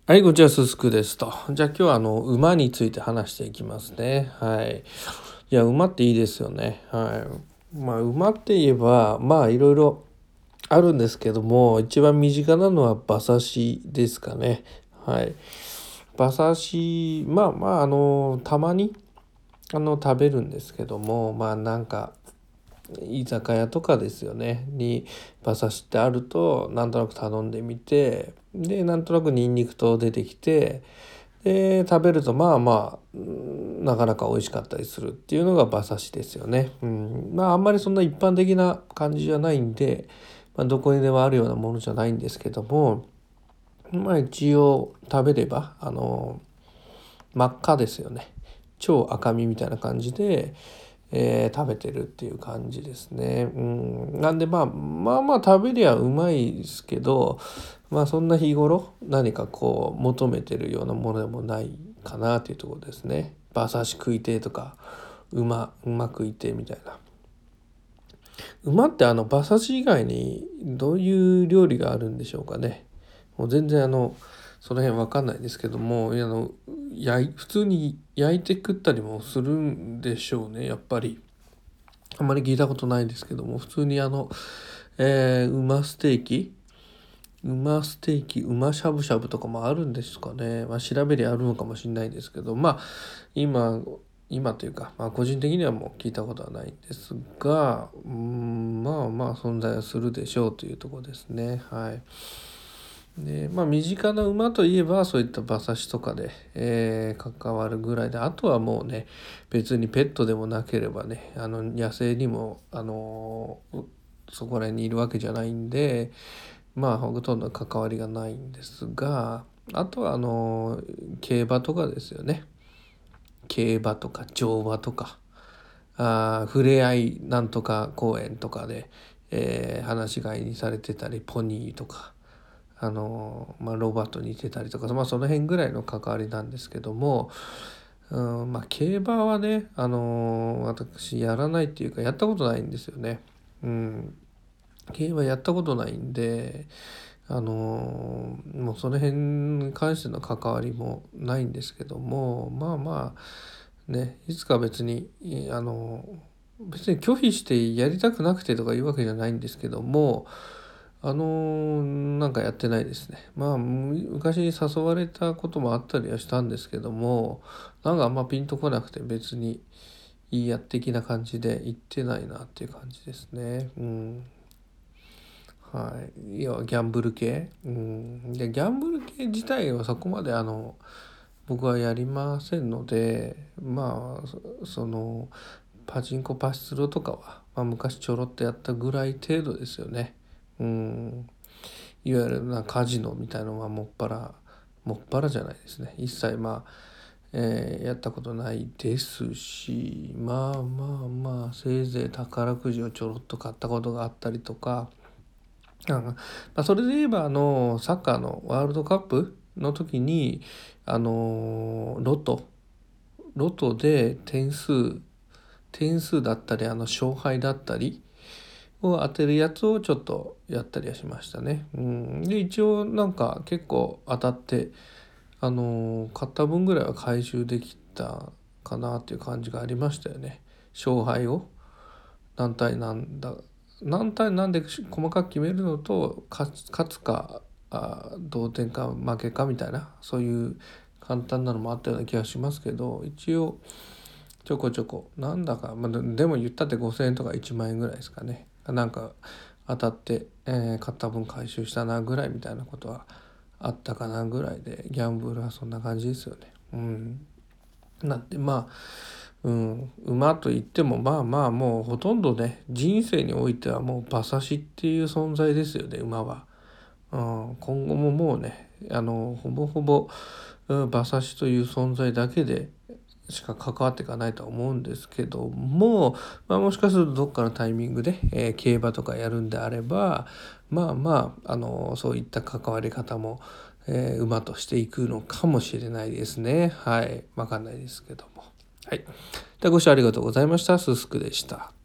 はい、こんにちは、すすくですと。じゃあ今日は馬について話していきますね。はい。いや、馬っていいですよね。はい。馬って言えば、いろいろあるんですけども、一番身近なのは馬刺しですかね。はい。馬刺し、たまに、食べるんですけども、居酒屋とかですよねに馬刺しってあるとなんとなく頼んでみて、でなんとなくニンニクと出てきて、で食べるとなかなか美味しかったりするっていうのが馬刺しですよね。あんまりそんな一般的な感じじゃないんで、どこにでもあるようなものじゃないんですけども、一応食べれば真っ赤ですよね。超赤身みたいな感じで、食べてるっていう感じですね。なんで食べりゃうまいですけど、そんな日頃何かこう求めてるようなものでもないかなっていうところですね。馬刺し食いてえとか馬食いてえみたいな。馬って馬刺し以外にどういう料理があるんでしょうかね。もう全然その辺わかんないですけども、普通に焼いて食ったりもするんでしょうね、やっぱり。あんまり聞いたことないですけども、普通に馬ステーキ馬しゃぶしゃぶとかもあるんですかね。調べりゃあるのかもしれないですけど、今今というか、個人的にはもう聞いたことはないんですが、存在はするでしょうというところですね。はい。で身近な馬といえばそういった馬刺しとかで、関わるぐらいで、あとはもうね別にペットでもなければね野生にもそこら辺にいるわけじゃないんで、ほとんど関わりがないんですが、あとは競馬とかですよね。競馬とか乗馬とか、ふれあいなんとか公園とかで、放し飼いにされてたり、ポニーとかロバと似てたりとか、その辺ぐらいの関わりなんですけども、競馬はね私やらないっていうかやったことないんですよね。競馬やったことないんで、もうその辺に関しての関わりもないんですけども、ね、いつか別に別に拒否してやりたくなくてとかいうわけじゃないんですけども、なんかやってないですね。昔に誘われたこともあったりはしたんですけども、なんかあんまピンとこなくて別にいいや的な感じで行ってないなっていう感じですね。はい。要はギャンブル系。で、ギャンブル系自体はそこまで僕はやりませんので、そのパチンコパチスロとかは、昔ちょろっとやったぐらい程度ですよね。いわゆるカジノみたいなのはもっぱらじゃないですね。一切やったことないですし、せいぜい宝くじをちょろっと買ったことがあったりとか、それで言えばサッカーのワールドカップの時にロトで点数だったり勝敗だったりを当てるやつをちょっとやったりはしましたね。で一応なんか結構当たって買った分ぐらいは回収できたかなっていう感じがありましたよね。勝敗を何対何対何で細かく決めるのと勝つか同点か負けかみたいな、そういう簡単なのもあったような気がしますけど、一応ちょこちょこなんだか、でも言ったって5,000円とか1万円ぐらいですかね。なんか当たって、買った分回収したなぐらいみたいなことはあったかなぐらいで、ギャンブルはそんな感じですよね。なんで馬といってももうほとんどね人生においてはもう馬刺しっていう存在ですよね、馬は。今後ももうねほぼほぼ馬刺しという存在だけでしか関わっていかないとは思うんですけども、もしかするとどっかのタイミングで、競馬とかやるんであればそういった関わり方も、馬としていくのかもしれないですね。はい、わかんないですけども。はい。ご視聴ありがとうございました。すすくでした。